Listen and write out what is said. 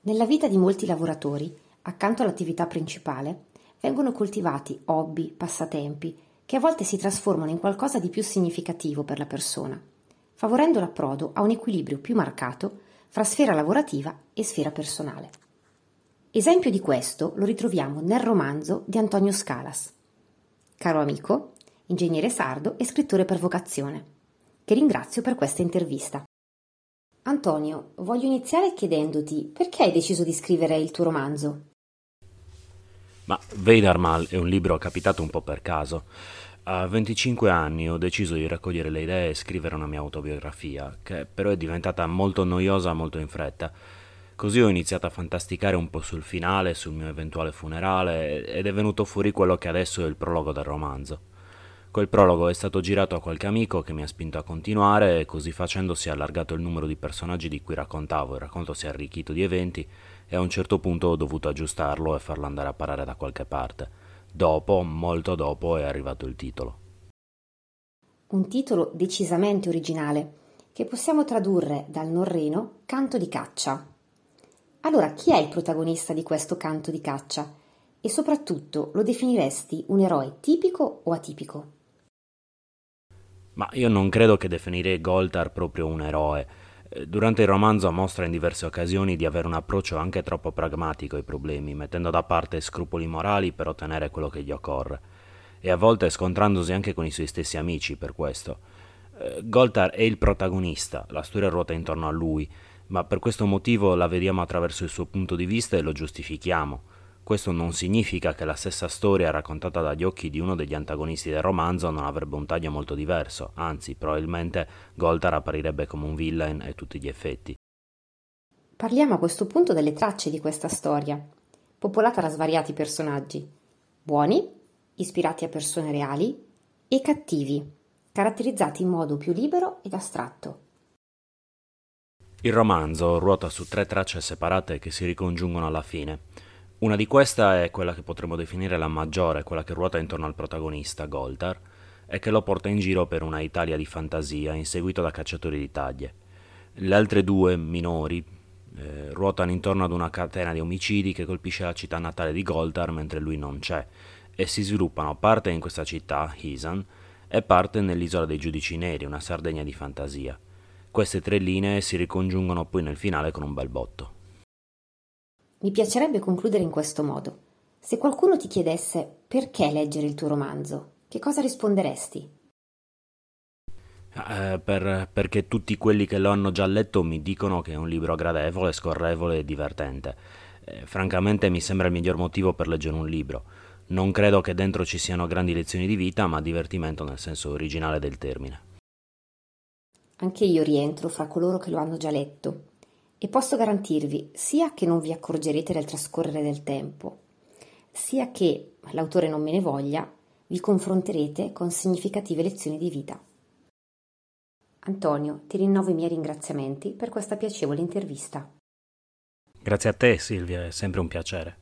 Nella vita di molti lavoratori, accanto all'attività principale, vengono coltivati hobby, passatempi, che a volte si trasformano in qualcosa di più significativo per la persona, favorendo l'approdo a un equilibrio più marcato fra sfera lavorativa e sfera personale. Esempio di questo lo ritroviamo nel romanzo di Antonio Scalas. Caro amico, ingegnere sardo e scrittore per vocazione, che ringrazio per questa intervista. Antonio, voglio iniziare chiedendoti perché hai deciso di scrivere il tuo romanzo? Ma Veidarmal è un libro capitato un po' per caso. A 25 anni ho deciso di raccogliere le idee e scrivere una mia autobiografia, che però è diventata molto noiosa molto in fretta. Così ho iniziato a fantasticare un po' sul finale, sul mio eventuale funerale, ed è venuto fuori quello che adesso è il prologo del romanzo. Quel prologo è stato girato a qualche amico che mi ha spinto a continuare e così facendo si è allargato il numero di personaggi di cui raccontavo, il racconto si è arricchito di eventi e a un certo punto ho dovuto aggiustarlo e farlo andare a parare da qualche parte. Dopo, molto dopo, è arrivato il titolo. Un titolo decisamente originale, che possiamo tradurre dal norreno canto di caccia. Allora, chi è il protagonista di questo canto di caccia? E soprattutto, lo definiresti un eroe tipico o atipico? Ma io non credo che definirei Goltar proprio un eroe. Durante il romanzo mostra in diverse occasioni di avere un approccio anche troppo pragmatico ai problemi, mettendo da parte scrupoli morali per ottenere quello che gli occorre, e a volte scontrandosi anche con i suoi stessi amici per questo. Goltar è il protagonista, la storia ruota intorno a lui, ma per questo motivo la vediamo attraverso il suo punto di vista e lo giustifichiamo. Questo non significa che la stessa storia raccontata dagli occhi di uno degli antagonisti del romanzo non avrebbe un taglio molto diverso, anzi, probabilmente Goltar apparirebbe come un villain a tutti gli effetti. Parliamo a questo punto delle tracce di questa storia, popolata da svariati personaggi, buoni, ispirati a persone reali, e cattivi, caratterizzati in modo più libero ed astratto. Il romanzo ruota su tre tracce separate che si ricongiungono alla fine. Una di queste è quella che potremmo definire la maggiore, quella che ruota intorno al protagonista, Goltar, e che lo porta in giro per una Italia di fantasia, inseguito da cacciatori di taglie. Le altre due, minori, ruotano intorno ad una catena di omicidi che colpisce la città natale di Goltar mentre lui non c'è, e si sviluppano parte in questa città, Hisan, e parte nell'isola dei Giudici Neri, una Sardegna di fantasia. Queste tre linee si ricongiungono poi nel finale con un bel botto. Mi piacerebbe concludere in questo modo. Se qualcuno ti chiedesse perché leggere il tuo romanzo, che cosa risponderesti? Perché tutti quelli che lo hanno già letto mi dicono che è un libro gradevole, scorrevole e divertente. Francamente mi sembra il miglior motivo per leggere un libro. Non credo che dentro ci siano grandi lezioni di vita, ma divertimento nel senso originale del termine. Anche io rientro fra coloro che lo hanno già letto e posso garantirvi sia che non vi accorgerete del trascorrere del tempo, sia che, l'autore non me ne voglia, vi confronterete con significative lezioni di vita. Antonio, ti rinnovo i miei ringraziamenti per questa piacevole intervista. Grazie a te, Silvia, è sempre un piacere.